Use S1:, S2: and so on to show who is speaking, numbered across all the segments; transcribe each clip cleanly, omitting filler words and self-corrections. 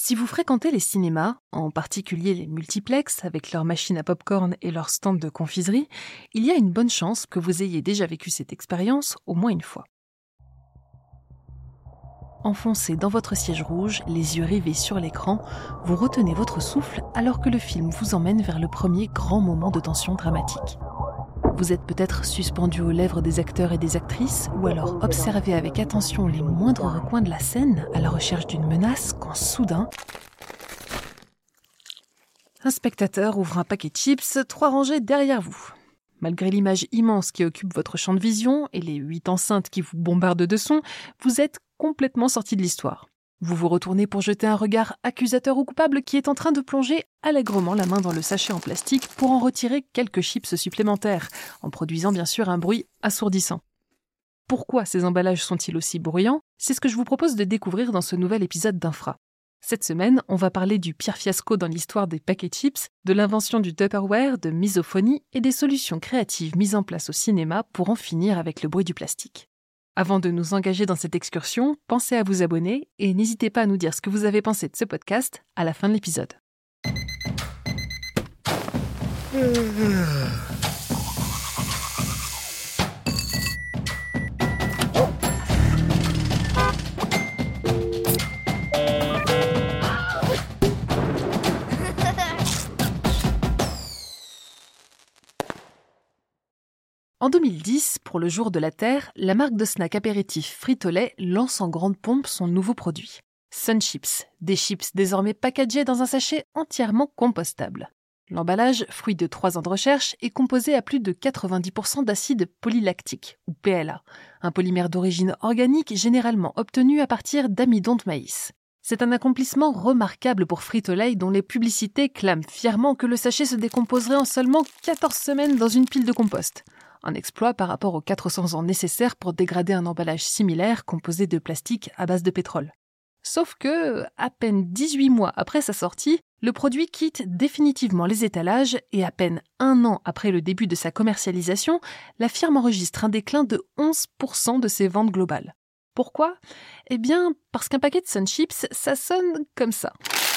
S1: Si vous fréquentez les cinémas, en particulier les multiplexes avec leurs machines à pop-corn et leurs stands de confiserie, il y a une bonne chance que vous ayez déjà vécu cette expérience au moins une fois. Enfoncé dans votre siège rouge, les yeux rivés sur l'écran, vous retenez votre souffle alors que le film vous emmène vers le premier grand moment de tension dramatique. Vous êtes peut-être suspendu aux lèvres des acteurs et des actrices, ou alors observez avec attention les moindres recoins de la scène à la recherche d'une menace quand soudain, un spectateur ouvre un paquet de chips 3 rangées derrière vous. Malgré l'image immense qui occupe votre champ de vision et les 8 enceintes qui vous bombardent de sons, vous êtes complètement sorti de l'histoire. Vous vous retournez pour jeter un regard accusateur ou coupable qui est en train de plonger allègrement la main dans le sachet en plastique pour en retirer quelques chips supplémentaires, en produisant bien sûr un bruit assourdissant. Pourquoi ces emballages sont-ils aussi bruyants ? C'est ce que je vous propose de découvrir dans ce nouvel épisode d'Infra. Cette semaine, on va parler du pire fiasco dans l'histoire des paquets chips, de l'invention du Tupperware, de misophonie et des solutions créatives mises en place au cinéma pour en finir avec le bruit du plastique. Avant de nous engager dans cette excursion, pensez à vous abonner et n'hésitez pas à nous dire ce que vous avez pensé de ce podcast à la fin de l'épisode. En 2010, pour le jour de la Terre, la marque de snack apéritif Frito-Lay lance en grande pompe son nouveau produit. Sun Chips, des chips désormais packagés dans un sachet entièrement compostable. L'emballage, fruit de 3 ans de recherche, est composé à plus de 90% d'acide polylactique, ou PLA, un polymère d'origine organique généralement obtenu à partir d'amidon de maïs. C'est un accomplissement remarquable pour Frito-Lay dont les publicités clament fièrement que le sachet se décomposerait en seulement 14 semaines dans une pile de compost. Un exploit par rapport aux 400 ans nécessaires pour dégrader un emballage similaire composé de plastique à base de pétrole. Sauf que, à peine 18 mois après sa sortie, le produit quitte définitivement les étalages et à peine 1 an après le début de sa commercialisation, la firme enregistre un déclin de 11% de ses ventes globales. Pourquoi ? Eh bien, parce qu'un paquet de Sun Chips, ça sonne comme ça.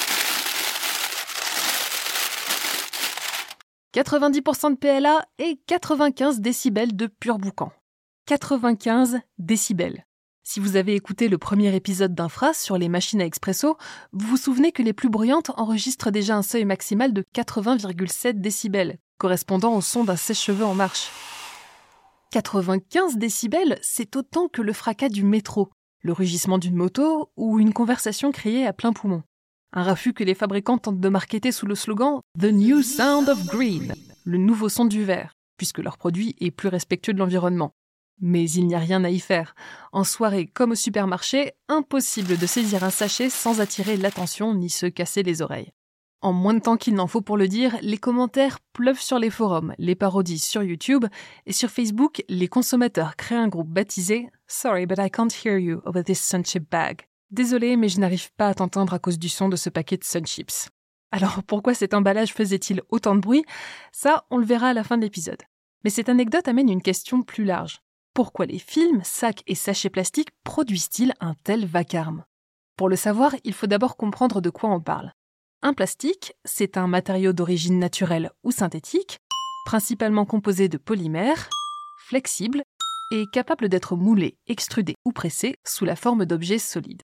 S1: 90% de PLA et 95 décibels de pur boucan. 95 décibels. Si vous avez écouté le premier épisode d'Infra sur les machines à expresso, vous vous souvenez que les plus bruyantes enregistrent déjà un seuil maximal de 80,7 décibels, correspondant au son d'un sèche-cheveux en marche. 95 décibels, c'est autant que le fracas du métro, le rugissement d'une moto ou une conversation criée à plein poumon. Un raffut que les fabricants tentent de marketer sous le slogan « The New Sound of Green », le nouveau son du vert, puisque leur produit est plus respectueux de l'environnement. Mais il n'y a rien à y faire. En soirée comme au supermarché, impossible de saisir un sachet sans attirer l'attention ni se casser les oreilles. En moins de temps qu'il n'en faut pour le dire, les commentaires pleuvent sur les forums, les parodies sur YouTube, et sur Facebook, les consommateurs créent un groupe baptisé « Sorry, but I can't hear you over this Sun Chip bag ». Désolé, mais je n'arrive pas à t'entendre à cause du son de ce paquet de Sun Chips. Alors pourquoi cet emballage faisait-il autant de bruit ? Ça, on le verra à la fin de l'épisode. Mais cette anecdote amène une question plus large. Pourquoi les films, sacs et sachets plastiques produisent-ils un tel vacarme ? Pour le savoir, il faut d'abord comprendre de quoi on parle. Un plastique, c'est un matériau d'origine naturelle ou synthétique, principalement composé de polymères, flexible et capable d'être moulé, extrudé ou pressé sous la forme d'objets solides.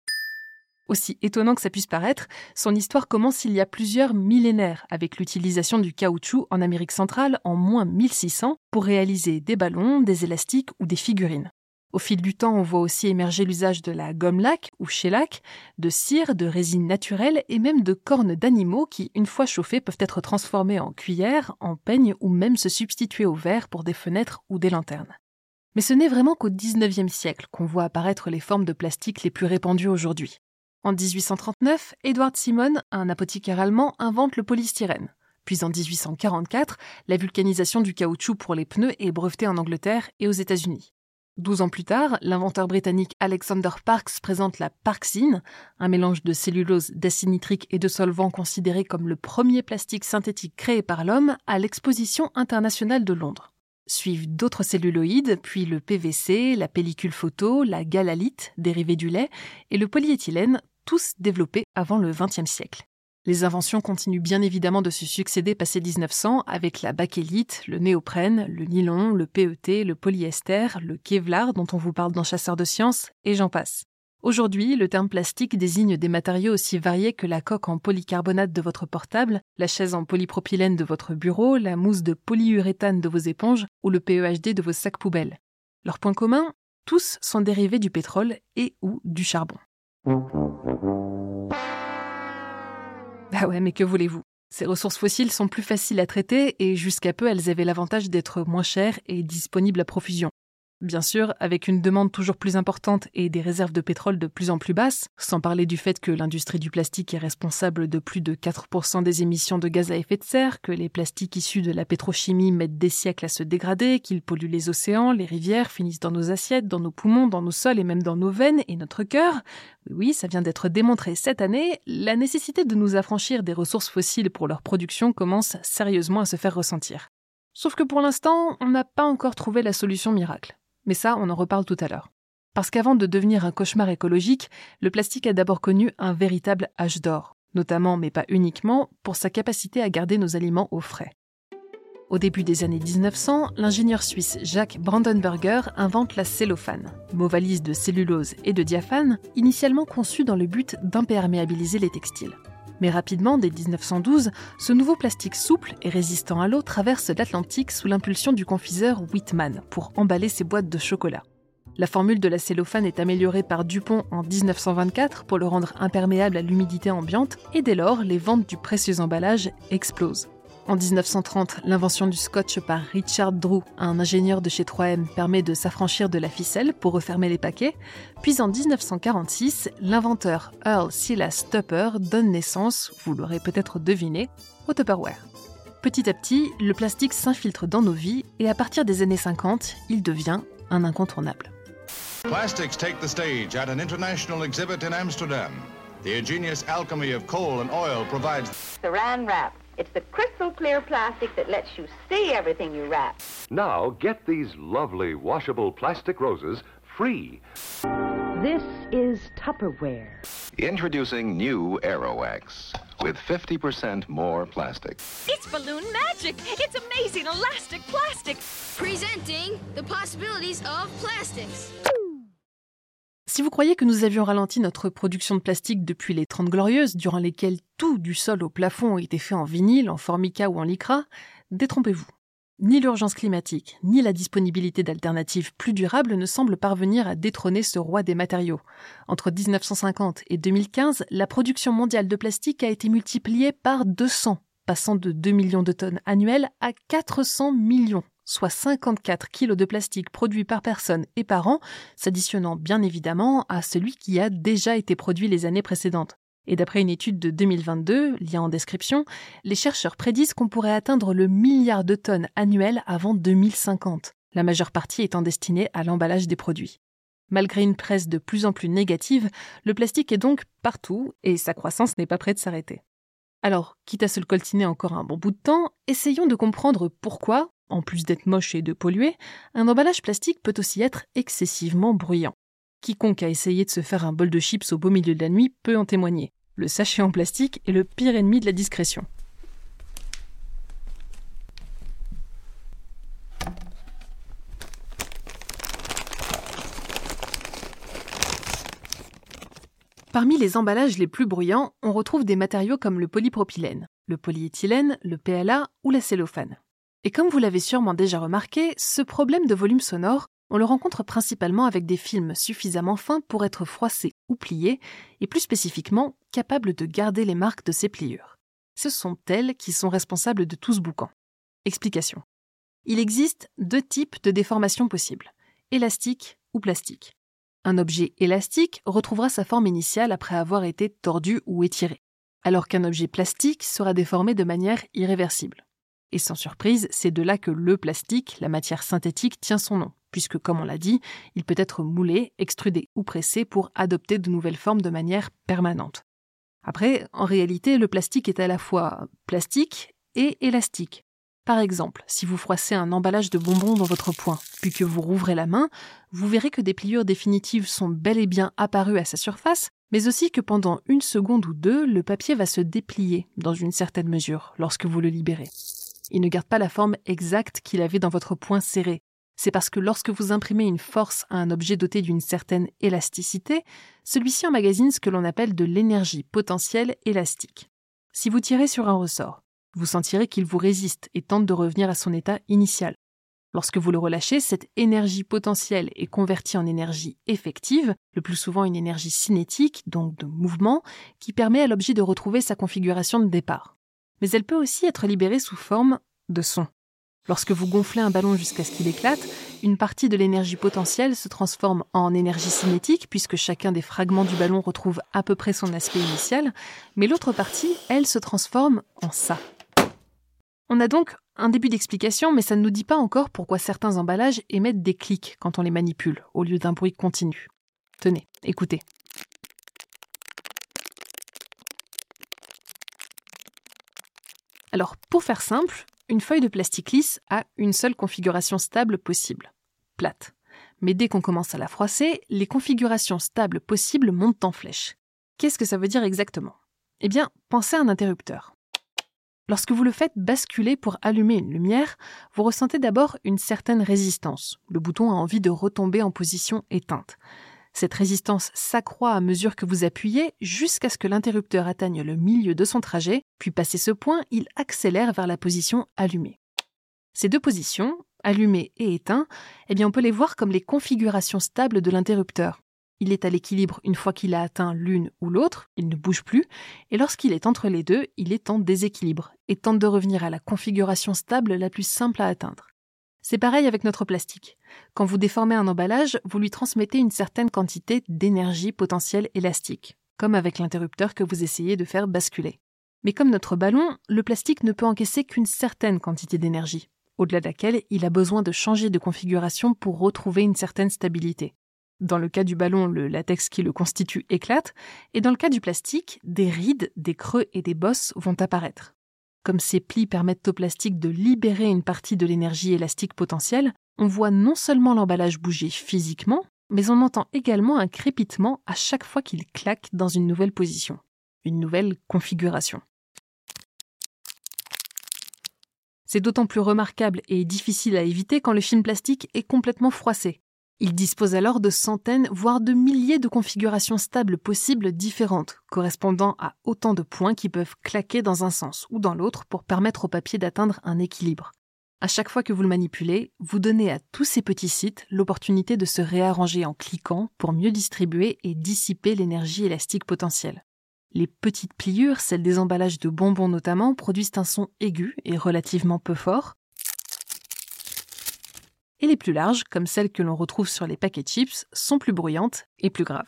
S1: Aussi étonnant que ça puisse paraître, son histoire commence il y a plusieurs millénaires avec l'utilisation du caoutchouc en Amérique centrale en moins 1600 pour réaliser des ballons, des élastiques ou des figurines. Au fil du temps, on voit aussi émerger l'usage de la gomme laque ou shellac, de cire, de résine naturelle et même de cornes d'animaux qui, une fois chauffées, peuvent être transformées en cuillères, en peignes ou même se substituer au verre pour des fenêtres ou des lanternes. Mais ce n'est vraiment qu'au XIXe siècle qu'on voit apparaître les formes de plastique les plus répandues aujourd'hui. En 1839, Edward Simon, un apothicaire allemand, invente le polystyrène. Puis en 1844, la vulcanisation du caoutchouc pour les pneus est brevetée en Angleterre et aux États-Unis. 12 ans plus tard, l'inventeur britannique Alexander Parkes présente la Parksine, un mélange de cellulose, d'acide nitrique et de solvant considéré comme le premier plastique synthétique créé par l'homme à l'Exposition internationale de Londres. Suivent d'autres celluloïdes, puis le PVC, la pellicule photo, la galalite, dérivée du lait, et le polyéthylène, tous développés avant le XXe siècle. Les inventions continuent bien évidemment de se succéder passé 1900 avec la bakélite, le néoprène, le nylon, le PET, le polyester, le Kevlar dont on vous parle dans Chasseurs de sciences, et j'en passe. Aujourd'hui, le terme plastique désigne des matériaux aussi variés que la coque en polycarbonate de votre portable, la chaise en polypropylène de votre bureau, la mousse de polyuréthane de vos éponges ou le PEHD de vos sacs poubelles. Leur point commun, tous sont dérivés du pétrole et ou du charbon. Ah ouais, mais que voulez-vous ? Ces ressources fossiles sont plus faciles à traiter et jusqu'à peu, elles avaient l'avantage d'être moins chères et disponibles à profusion. Bien sûr, avec une demande toujours plus importante et des réserves de pétrole de plus en plus basses, sans parler du fait que l'industrie du plastique est responsable de plus de 4% des émissions de gaz à effet de serre, que les plastiques issus de la pétrochimie mettent des siècles à se dégrader, qu'ils polluent les océans, les rivières, finissent dans nos assiettes, dans nos poumons, dans nos sols et même dans nos veines et notre cœur. Oui, ça vient d'être démontré cette année, la nécessité de nous affranchir des ressources fossiles pour leur production commence sérieusement à se faire ressentir. Sauf que pour l'instant, on n'a pas encore trouvé la solution miracle. Mais ça, on en reparle tout à l'heure. Parce qu'avant de devenir un cauchemar écologique, le plastique a d'abord connu un véritable âge d'or, notamment, mais pas uniquement, pour sa capacité à garder nos aliments au frais. Au début des années 1900, l'ingénieur suisse Jacques Brandenburger invente la cellophane, mot valise de cellulose et de diaphane, initialement conçu dans le but d'imperméabiliser les textiles. Mais rapidement, dès 1912, ce nouveau plastique souple et résistant à l'eau traverse l'Atlantique sous l'impulsion du confiseur Whitman pour emballer ses boîtes de chocolat. La formule de la cellophane est améliorée par Dupont en 1924 pour le rendre imperméable à l'humidité ambiante et dès lors, les ventes du précieux emballage explosent. En 1930, l'invention du scotch par Richard Drew, un ingénieur de chez 3M, permet de s'affranchir de la ficelle pour refermer les paquets. Puis en 1946, l'inventeur Earl Silas Tupper donne naissance, vous l'aurez peut-être deviné, au Tupperware. Petit à petit, le plastique s'infiltre dans nos vies et à partir des années 50, il devient un incontournable.
S2: Plastics take the stage at an international exhibit in Amsterdam. The ingenious alchemy of coal and oil provides
S3: Saran wrap. It's the crystal clear plastic that lets you see everything you wrap.
S4: Now get these lovely washable plastic roses free.
S5: This is Tupperware.
S6: Introducing new Aerowax with 50% more plastic.
S7: It's balloon magic! It's amazing elastic plastic!
S8: Presenting the possibilities of plastics.
S1: Si vous croyez que nous avions ralenti notre production de plastique depuis les 30 Glorieuses, durant lesquelles tout, du sol au plafond, a été fait en vinyle, en formica ou en lycra, détrompez-vous. Ni l'urgence climatique, ni la disponibilité d'alternatives plus durables ne semblent parvenir à détrôner ce roi des matériaux. Entre 1950 et 2015, la production mondiale de plastique a été multipliée par 200, passant de 2 millions de tonnes annuelles à 400 millions. Soit 54 kilos de plastique produits par personne et par an, s'additionnant bien évidemment à celui qui a déjà été produit les années précédentes. Et d'après une étude de 2022, lien en description, les chercheurs prédisent qu'on pourrait atteindre le milliard de tonnes annuelles avant 2050, la majeure partie étant destinée à l'emballage des produits. Malgré une presse de plus en plus négative, le plastique est donc partout et sa croissance n'est pas près de s'arrêter. Alors, quitte à se le coltiner encore un bon bout de temps, essayons de comprendre pourquoi, en plus d'être moche et de polluer, un emballage plastique peut aussi être excessivement bruyant. Quiconque a essayé de se faire un bol de chips au beau milieu de la nuit peut en témoigner. Le sachet en plastique est le pire ennemi de la discrétion. Parmi les emballages les plus bruyants, on retrouve des matériaux comme le polypropylène, le polyéthylène, le PLA ou la cellophane. Et comme vous l'avez sûrement déjà remarqué, ce problème de volume sonore, on le rencontre principalement avec des films suffisamment fins pour être froissés ou pliés, et plus spécifiquement, capables de garder les marques de ces pliures. Ce sont elles qui sont responsables de tout ce boucan. Explication. Il existe 2 types de déformations possibles, élastique ou plastique. Un objet élastique retrouvera sa forme initiale après avoir été tordu ou étiré, alors qu'un objet plastique sera déformé de manière irréversible. Et sans surprise, c'est de là que le plastique, la matière synthétique, tient son nom, puisque, comme on l'a dit, il peut être moulé, extrudé ou pressé pour adopter de nouvelles formes de manière permanente. Après, en réalité, le plastique est à la fois plastique et élastique. Par exemple, si vous froissez un emballage de bonbons dans votre poing, puis que vous rouvrez la main, vous verrez que des pliures définitives sont bel et bien apparues à sa surface, mais aussi que pendant 1 seconde ou 2, le papier va se déplier dans une certaine mesure lorsque vous le libérez. Il ne garde pas la forme exacte qu'il avait dans votre poing serré. C'est parce que lorsque vous imprimez une force à un objet doté d'une certaine élasticité, celui-ci emmagasine ce que l'on appelle de l'énergie potentielle élastique. Si vous tirez sur un ressort, vous sentirez qu'il vous résiste et tente de revenir à son état initial. Lorsque vous le relâchez, cette énergie potentielle est convertie en énergie effective, le plus souvent une énergie cinétique, donc de mouvement, qui permet à l'objet de retrouver sa configuration de départ. Mais elle peut aussi être libérée sous forme de son. Lorsque vous gonflez un ballon jusqu'à ce qu'il éclate, une partie de l'énergie potentielle se transforme en énergie cinétique puisque chacun des fragments du ballon retrouve à peu près son aspect initial, mais l'autre partie, elle, se transforme en ça. On a donc un début d'explication, mais ça ne nous dit pas encore pourquoi certains emballages émettent des clics quand on les manipule, au lieu d'un bruit continu. Tenez, écoutez. Alors, pour faire simple, une feuille de plastique lisse a une seule configuration stable possible, plate. Mais dès qu'on commence à la froisser, les configurations stables possibles montent en flèche. Qu'est-ce que ça veut dire exactement ? Eh bien, pensez à un interrupteur. Lorsque vous le faites basculer pour allumer une lumière, vous ressentez d'abord une certaine résistance. Le bouton a envie de retomber en position éteinte. Cette résistance s'accroît à mesure que vous appuyez jusqu'à ce que l'interrupteur atteigne le milieu de son trajet, puis passé ce point, il accélère vers la position allumée. Ces deux positions, allumé et éteint, eh bien on peut les voir comme les configurations stables de l'interrupteur. Il est à l'équilibre une fois qu'il a atteint l'une ou l'autre, il ne bouge plus, et lorsqu'il est entre les deux, il est en déséquilibre et tente de revenir à la configuration stable la plus simple à atteindre. C'est pareil avec notre plastique. Quand vous déformez un emballage, vous lui transmettez une certaine quantité d'énergie potentielle élastique, comme avec l'interrupteur que vous essayez de faire basculer. Mais comme notre ballon, le plastique ne peut encaisser qu'une certaine quantité d'énergie, au-delà de laquelle il a besoin de changer de configuration pour retrouver une certaine stabilité. Dans le cas du ballon, le latex qui le constitue éclate, et dans le cas du plastique, des rides, des creux et des bosses vont apparaître. Comme ces plis permettent au plastique de libérer une partie de l'énergie élastique potentielle, on voit non seulement l'emballage bouger physiquement, mais on entend également un crépitement à chaque fois qu'il claque dans une nouvelle position, une nouvelle configuration. C'est d'autant plus remarquable et difficile à éviter quand le film plastique est complètement froissé. Il dispose alors de centaines, voire de milliers de configurations stables possibles différentes, correspondant à autant de points qui peuvent claquer dans un sens ou dans l'autre pour permettre au papier d'atteindre un équilibre. À chaque fois que vous le manipulez, vous donnez à tous ces petits sites l'opportunité de se réarranger en cliquant pour mieux distribuer et dissiper l'énergie élastique potentielle. Les petites pliures, celles des emballages de bonbons notamment, produisent un son aigu et relativement peu fort. Et les plus larges, comme celles que l'on retrouve sur les paquets de chips, sont plus bruyantes et plus graves.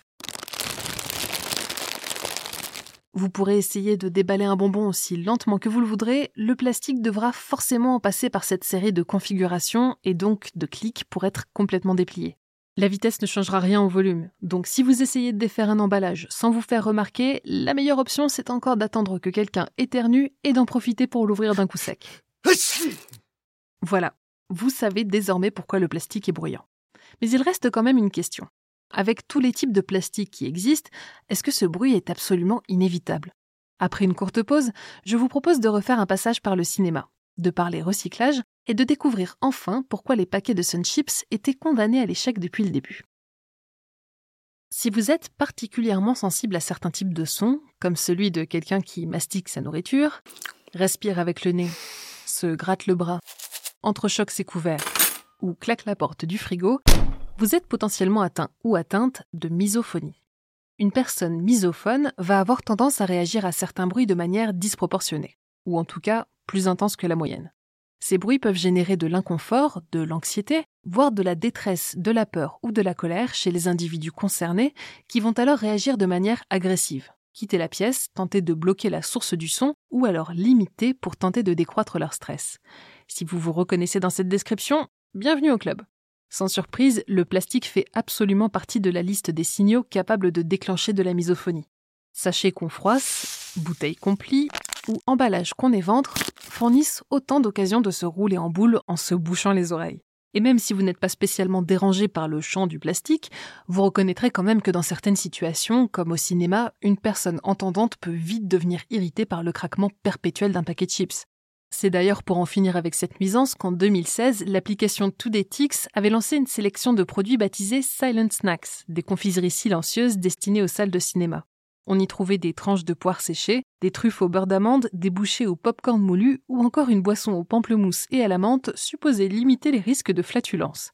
S1: Vous pourrez essayer de déballer un bonbon aussi lentement que vous le voudrez, le plastique devra forcément en passer par cette série de configurations et donc de clics pour être complètement déplié. La vitesse ne changera rien au volume, donc si vous essayez de défaire un emballage sans vous faire remarquer, la meilleure option c'est encore d'attendre que quelqu'un éternue et d'en profiter pour l'ouvrir d'un coup sec. Voilà. Vous savez désormais pourquoi le plastique est bruyant. Mais il reste quand même une question. Avec tous les types de plastique qui existent, est-ce que ce bruit est absolument inévitable ? Après une courte pause, je vous propose de refaire un passage par le cinéma, de parler recyclage et de découvrir enfin pourquoi les paquets de Sun Chips étaient condamnés à l'échec depuis le début. Si vous êtes particulièrement sensible à certains types de sons, comme celui de quelqu'un qui mastique sa nourriture, respire avec le nez, se gratte le bras, entrechoque ses couverts ou claque la porte du frigo, vous êtes potentiellement atteint ou atteinte de misophonie. Une personne misophone va avoir tendance à réagir à certains bruits de manière disproportionnée, ou en tout cas plus intense que la moyenne. Ces bruits peuvent générer de l'inconfort, de l'anxiété, voire de la détresse, de la peur ou de la colère chez les individus concernés qui vont alors réagir de manière agressive, quitter la pièce, tenter de bloquer la source du son ou alors limiter pour tenter de décroître leur stress. Si vous vous reconnaissez dans cette description, bienvenue au club. Sans surprise, le plastique fait absolument partie de la liste des signaux capables de déclencher de la misophonie. Sachet qu'on froisse, bouteille qu'on plie ou emballage qu'on évente fournissent autant d'occasions de se rouler en boule en se bouchant les oreilles. Et même si vous n'êtes pas spécialement dérangé par le champ du plastique, vous reconnaîtrez quand même que dans certaines situations, comme au cinéma, une personne entendante peut vite devenir irritée par le craquement perpétuel d'un paquet de chips. C'est d'ailleurs pour en finir avec cette nuisance qu'en 2016, l'application Today-Tix avait lancé une sélection de produits baptisés Silent Snacks, des confiseries silencieuses destinées aux salles de cinéma. On y trouvait des tranches de poires séchées, des truffes au beurre d'amande, des bouchées au popcorn moulu ou encore une boisson au pamplemousse et à la menthe supposée limiter les risques de flatulence.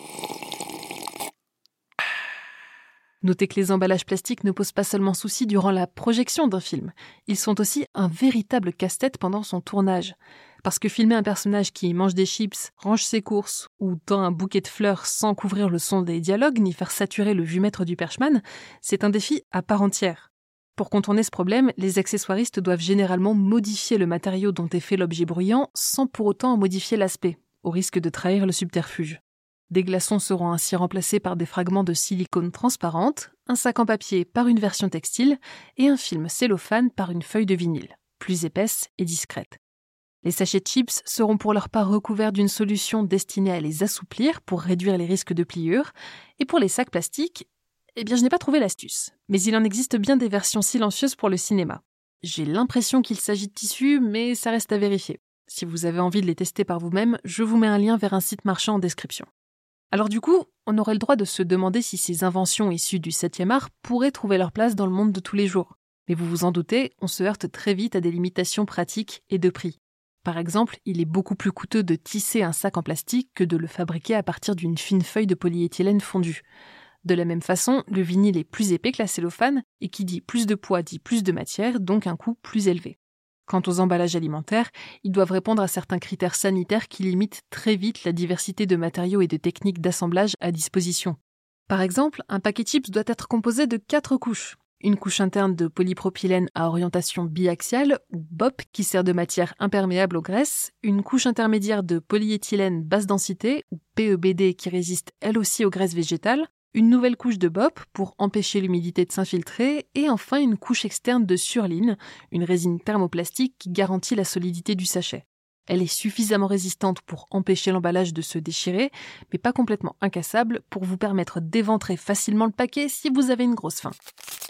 S1: Notez que les emballages plastiques ne posent pas seulement souci durant la projection d'un film, ils sont aussi un véritable casse-tête pendant son tournage. Parce que filmer un personnage qui mange des chips, range ses courses ou tend un bouquet de fleurs sans couvrir le son des dialogues ni faire saturer le vumètre du perchman, c'est un défi à part entière. Pour contourner ce problème, les accessoiristes doivent généralement modifier le matériau dont est fait l'objet bruyant sans pour autant en modifier l'aspect, au risque de trahir le subterfuge. Des glaçons seront ainsi remplacés par des fragments de silicone transparente, un sac en papier par une version textile et un film cellophane par une feuille de vinyle, plus épaisse et discrète. Les sachets de chips seront pour leur part recouverts d'une solution destinée à les assouplir pour réduire les risques de pliure, et pour les sacs plastiques, je n'ai pas trouvé l'astuce, mais il en existe bien des versions silencieuses pour le cinéma. J'ai l'impression qu'il s'agit de tissus, mais ça reste à vérifier. Si vous avez envie de les tester par vous-même, je vous mets un lien vers un site marchand en description. Alors du coup, on aurait le droit de se demander si ces inventions issues du 7e art pourraient trouver leur place dans le monde de tous les jours. Mais vous vous en doutez, on se heurte très vite à des limitations pratiques et de prix. Par exemple, il est beaucoup plus coûteux de tisser un sac en plastique que de le fabriquer à partir d'une fine feuille de polyéthylène fondue. De la même façon, le vinyle est plus épais que la cellophane, et qui dit plus de poids dit plus de matière, donc un coût plus élevé. Quant aux emballages alimentaires, ils doivent répondre à certains critères sanitaires qui limitent très vite la diversité de matériaux et de techniques d'assemblage à disposition. Par exemple, un paquet chips doit être composé de 4 couches. Une couche interne de polypropylène à orientation biaxiale, ou BOP, qui sert de matière imperméable aux graisses, une couche intermédiaire de polyéthylène basse densité, ou PEBD, qui résiste elle aussi aux graisses végétales, une nouvelle couche de BOP pour empêcher l'humidité de s'infiltrer, et enfin une couche externe de surline, une résine thermoplastique qui garantit la solidité du sachet. Elle est suffisamment résistante pour empêcher l'emballage de se déchirer, mais pas complètement incassable pour vous permettre d'éventrer facilement le paquet si vous avez une grosse faim.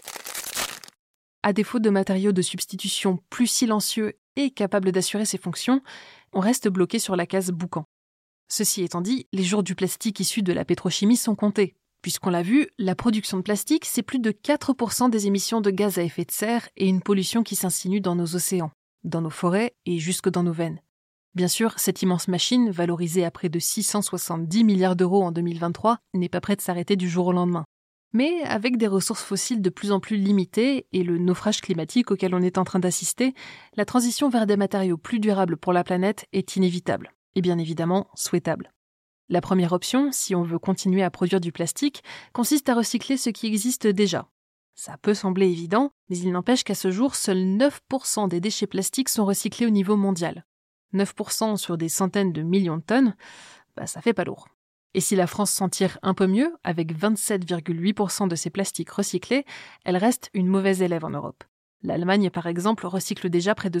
S1: À défaut de matériaux de substitution plus silencieux et capables d'assurer ses fonctions, on reste bloqué sur la case boucan. Ceci étant dit, les jours du plastique issu de la pétrochimie sont comptés. Puisqu'on l'a vu, la production de plastique, c'est plus de 4% des émissions de gaz à effet de serre et une pollution qui s'insinue dans nos océans, dans nos forêts et jusque dans nos veines. Bien sûr, cette immense machine, valorisée à près de 670 milliards d'euros en 2023, n'est pas prête de s'arrêter du jour au lendemain. Mais avec des ressources fossiles de plus en plus limitées et le naufrage climatique auquel on est en train d'assister, la transition vers des matériaux plus durables pour la planète est inévitable et bien évidemment souhaitable. La première option, si on veut continuer à produire du plastique, consiste à recycler ce qui existe déjà. Ça peut sembler évident, mais il n'empêche qu'à ce jour, seuls 9% des déchets plastiques sont recyclés au niveau mondial. 9% sur des centaines de millions de tonnes, ça fait pas lourd. Et si la France s'en tire un peu mieux, avec 27,8% de ses plastiques recyclés, elle reste une mauvaise élève en Europe. L'Allemagne, par exemple, recycle déjà près de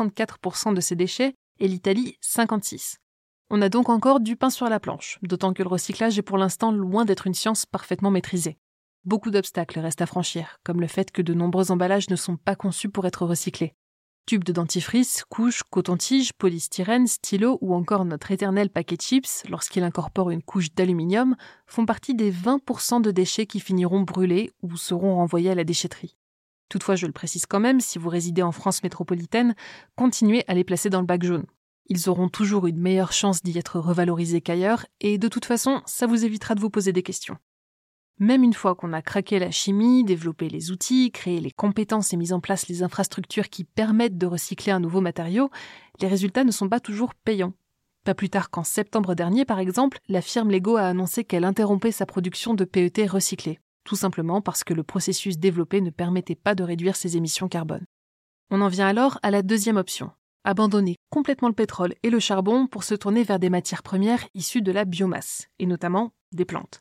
S1: 64% de ses déchets, et l'Italie, 56%. On a donc encore du pain sur la planche, d'autant que le recyclage est pour l'instant loin d'être une science parfaitement maîtrisée. Beaucoup d'obstacles restent à franchir, comme le fait que de nombreux emballages ne sont pas conçus pour être recyclés. Tubes de dentifrice, couches, coton-tige, polystyrène, stylo ou encore notre éternel paquet de chips, lorsqu'il incorpore une couche d'aluminium, font partie des 20% de déchets qui finiront brûlés ou seront renvoyés à la déchetterie. Toutefois, je le précise quand même, si vous résidez en France métropolitaine, continuez à les placer dans le bac jaune. Ils auront toujours une meilleure chance d'y être revalorisés qu'ailleurs, et de toute façon, ça vous évitera de vous poser des questions. Même une fois qu'on a craqué la chimie, développé les outils, créé les compétences et mis en place les infrastructures qui permettent de recycler un nouveau matériau, les résultats ne sont pas toujours payants. Pas plus tard qu'en septembre dernier, par exemple, la firme Lego a annoncé qu'elle interrompait sa production de PET recyclés, tout simplement parce que le processus développé ne permettait pas de réduire ses émissions carbone. On en vient alors à la deuxième option. Abandonner complètement le pétrole et le charbon pour se tourner vers des matières premières issues de la biomasse, et notamment des plantes.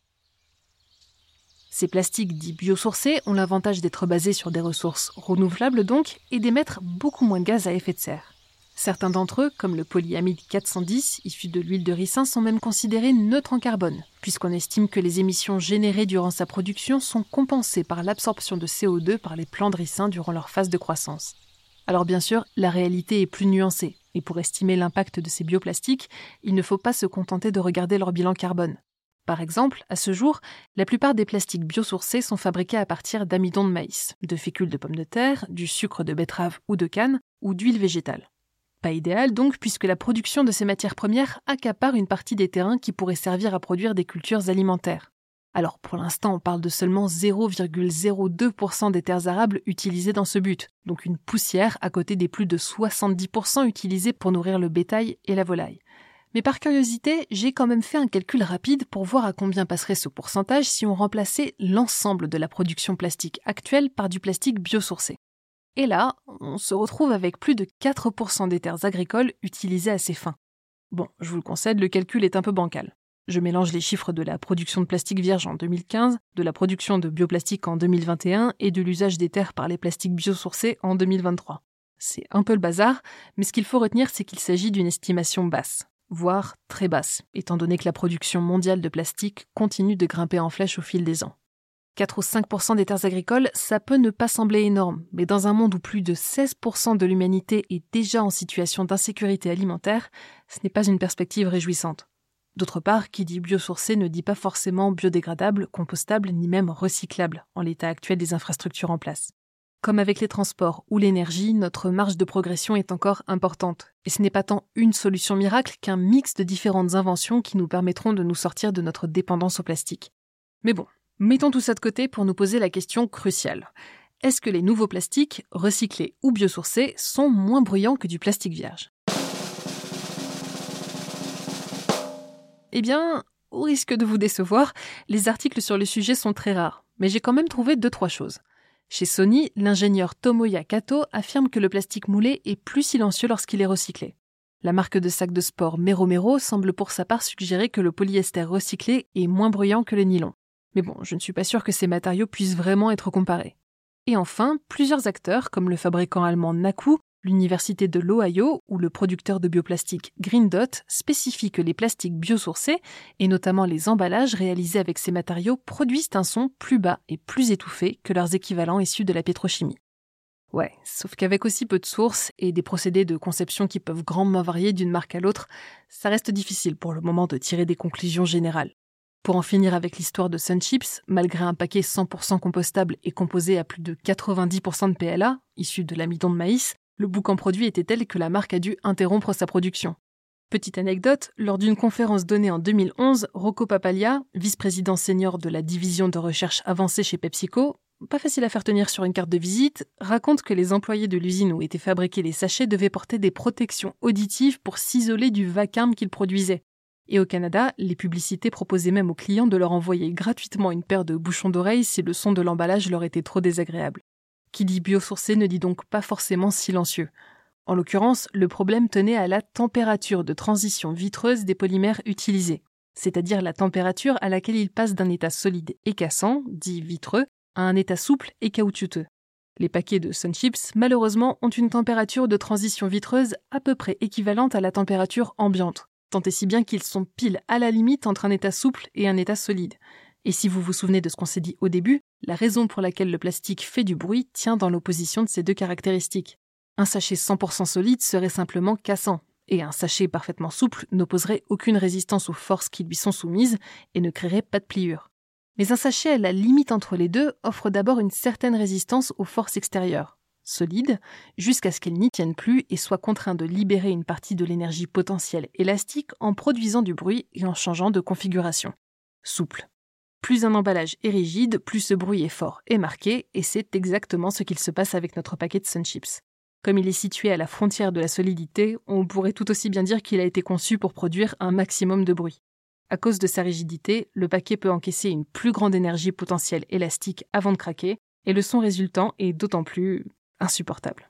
S1: Ces plastiques dits biosourcés ont l'avantage d'être basés sur des ressources renouvelables donc, et d'émettre beaucoup moins de gaz à effet de serre. Certains d'entre eux, comme le polyamide 410, issu de l'huile de ricin, sont même considérés neutres en carbone, puisqu'on estime que les émissions générées durant sa production sont compensées par l'absorption de CO2 par les plants de ricin durant leur phase de croissance. Alors bien sûr, la réalité est plus nuancée, et pour estimer l'impact de ces bioplastiques, il ne faut pas se contenter de regarder leur bilan carbone. Par exemple, à ce jour, la plupart des plastiques biosourcés sont fabriqués à partir d'amidon de maïs, de fécule de pommes de terre, du sucre de betterave ou de canne, ou d'huile végétale. Pas idéal donc, puisque la production de ces matières premières accapare une partie des terrains qui pourraient servir à produire des cultures alimentaires. Alors pour l'instant, on parle de seulement 0,02% des terres arables utilisées dans ce but, donc une poussière à côté des plus de 70% utilisés pour nourrir le bétail et la volaille. Mais par curiosité, j'ai quand même fait un calcul rapide pour voir à combien passerait ce pourcentage si on remplaçait l'ensemble de la production plastique actuelle par du plastique biosourcé. Et là, on se retrouve avec plus de 4% des terres agricoles utilisées à ces fins. Bon, je vous le concède, le calcul est un peu bancal. Je mélange les chiffres de la production de plastique vierge en 2015, de la production de bioplastique en 2021 et de l'usage des terres par les plastiques biosourcés en 2023. C'est un peu le bazar, mais ce qu'il faut retenir, c'est qu'il s'agit d'une estimation basse, voire très basse, étant donné que la production mondiale de plastique continue de grimper en flèche au fil des ans. 4 ou 5% des terres agricoles, ça peut ne pas sembler énorme, mais dans un monde où plus de 16% de l'humanité est déjà en situation d'insécurité alimentaire, ce n'est pas une perspective réjouissante. D'autre part, qui dit biosourcé ne dit pas forcément biodégradable, compostable, ni même recyclable, en l'état actuel des infrastructures en place. Comme avec les transports ou l'énergie, notre marge de progression est encore importante. Et ce n'est pas tant une solution miracle qu'un mix de différentes inventions qui nous permettront de nous sortir de notre dépendance au plastique. Mais bon, mettons tout ça de côté pour nous poser la question cruciale. Est-ce que les nouveaux plastiques, recyclés ou biosourcés, sont moins bruyants que du plastique vierge ? Eh bien, au risque de vous décevoir, les articles sur le sujet sont très rares, mais j'ai quand même trouvé 2-3 choses. Chez Sony, l'ingénieur Tomoya Kato affirme que le plastique moulé est plus silencieux lorsqu'il est recyclé. La marque de sacs de sport Mero Mero semble pour sa part suggérer que le polyester recyclé est moins bruyant que le nylon. Mais bon, je ne suis pas sûre que ces matériaux puissent vraiment être comparés. Et enfin, plusieurs acteurs, comme le fabricant allemand Naku, l'université de l'Ohio ou le producteur de bioplastique Green Dot, spécifient que les plastiques biosourcés, et notamment les emballages réalisés avec ces matériaux, produisent un son plus bas et plus étouffé que leurs équivalents issus de la pétrochimie. Ouais, sauf qu'avec aussi peu de sources et des procédés de conception qui peuvent grandement varier d'une marque à l'autre, ça reste difficile pour le moment de tirer des conclusions générales. Pour en finir avec l'histoire de Sunchips, malgré un paquet 100% compostable et composé à plus de 90% de PLA, issu de l'amidon de maïs, le boucan produit était tel que la marque a dû interrompre sa production. Petite anecdote, lors d'une conférence donnée en 2011, Rocco Papalia, vice-président senior de la division de recherche avancée chez PepsiCo, pas facile à faire tenir sur une carte de visite, raconte que les employés de l'usine où étaient fabriqués les sachets devaient porter des protections auditives pour s'isoler du vacarme qu'ils produisaient. Et au Canada, les publicités proposaient même aux clients de leur envoyer gratuitement une paire de bouchons d'oreilles si le son de l'emballage leur était trop désagréable. Qui dit biosourcé ne dit donc pas forcément silencieux. En l'occurrence, le problème tenait à la température de transition vitreuse des polymères utilisés, c'est-à-dire la température à laquelle ils passent d'un état solide et cassant, dit vitreux, à un état souple et caoutchouteux. Les paquets de Sunchips, malheureusement, ont une température de transition vitreuse à peu près équivalente à la température ambiante, tant et si bien qu'ils sont pile à la limite entre un état souple et un état solide. Et si vous vous souvenez de ce qu'on s'est dit au début, la raison pour laquelle le plastique fait du bruit tient dans l'opposition de ces deux caractéristiques. Un sachet 100% solide serait simplement cassant, et un sachet parfaitement souple n'opposerait aucune résistance aux forces qui lui sont soumises et ne créerait pas de pliure. Mais un sachet à la limite entre les deux offre d'abord une certaine résistance aux forces extérieures, solide, jusqu'à ce qu'elle n'y tienne plus et soit contraint de libérer une partie de l'énergie potentielle élastique en produisant du bruit et en changeant de configuration. Souple. Plus un emballage est rigide, plus ce bruit est fort et marqué, et c'est exactement ce qu'il se passe avec notre paquet de Sunchips. Comme il est situé à la frontière de la solidité, on pourrait tout aussi bien dire qu'il a été conçu pour produire un maximum de bruit. À cause de sa rigidité, le paquet peut encaisser une plus grande énergie potentielle élastique avant de craquer, et le son résultant est d'autant plus insupportable.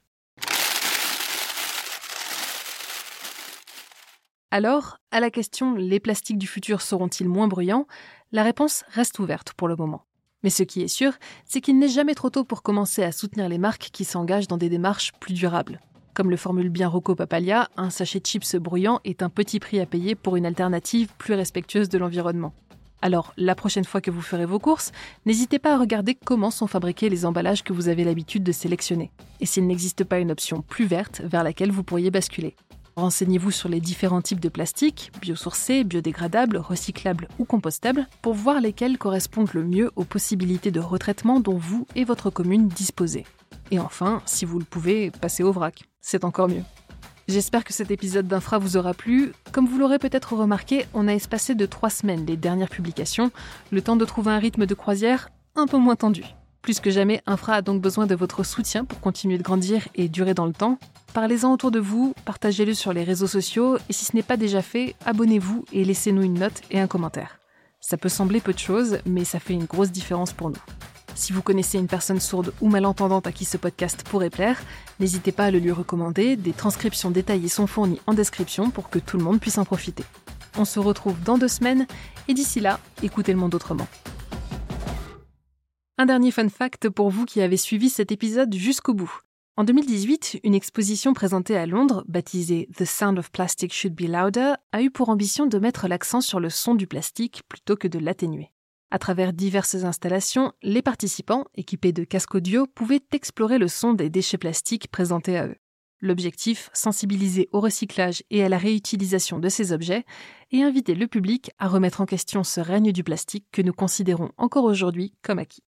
S1: Alors, à la question « les plastiques du futur seront-ils moins bruyants ?», la réponse reste ouverte pour le moment. Mais ce qui est sûr, c'est qu'il n'est jamais trop tôt pour commencer à soutenir les marques qui s'engagent dans des démarches plus durables. Comme le formule bien Rocco Papaglia, un sachet de chips bruyant est un petit prix à payer pour une alternative plus respectueuse de l'environnement. Alors, la prochaine fois que vous ferez vos courses, n'hésitez pas à regarder comment sont fabriqués les emballages que vous avez l'habitude de sélectionner, et s'il n'existe pas une option plus verte vers laquelle vous pourriez basculer. Renseignez-vous sur les différents types de plastique, biosourcés, biodégradables, recyclables ou compostables, pour voir lesquels correspondent le mieux aux possibilités de retraitement dont vous et votre commune disposez. Et enfin, si vous le pouvez, passez au vrac, c'est encore mieux. J'espère que cet épisode d'Infra vous aura plu. Comme vous l'aurez peut-être remarqué, on a espacé de 3 semaines les dernières publications, le temps de trouver un rythme de croisière un peu moins tendu. Plus que jamais, Infra a donc besoin de votre soutien pour continuer de grandir et durer dans le temps. Parlez-en autour de vous, partagez-le sur les réseaux sociaux et si ce n'est pas déjà fait, abonnez-vous et laissez-nous une note et un commentaire. Ça peut sembler peu de choses, mais ça fait une grosse différence pour nous. Si vous connaissez une personne sourde ou malentendante à qui ce podcast pourrait plaire, n'hésitez pas à le lui recommander, des transcriptions détaillées sont fournies en description pour que tout le monde puisse en profiter. On se retrouve dans 2 semaines et d'ici là, écoutez le monde autrement. Un dernier fun fact pour vous qui avez suivi cet épisode jusqu'au bout. En 2018, une exposition présentée à Londres, baptisée « The Sound of Plastic Should Be Louder », a eu pour ambition de mettre l'accent sur le son du plastique plutôt que de l'atténuer. À travers diverses installations, les participants, équipés de casques audio, pouvaient explorer le son des déchets plastiques présentés à eux. L'objectif, sensibiliser au recyclage et à la réutilisation de ces objets et inviter le public à remettre en question ce règne du plastique que nous considérons encore aujourd'hui comme acquis.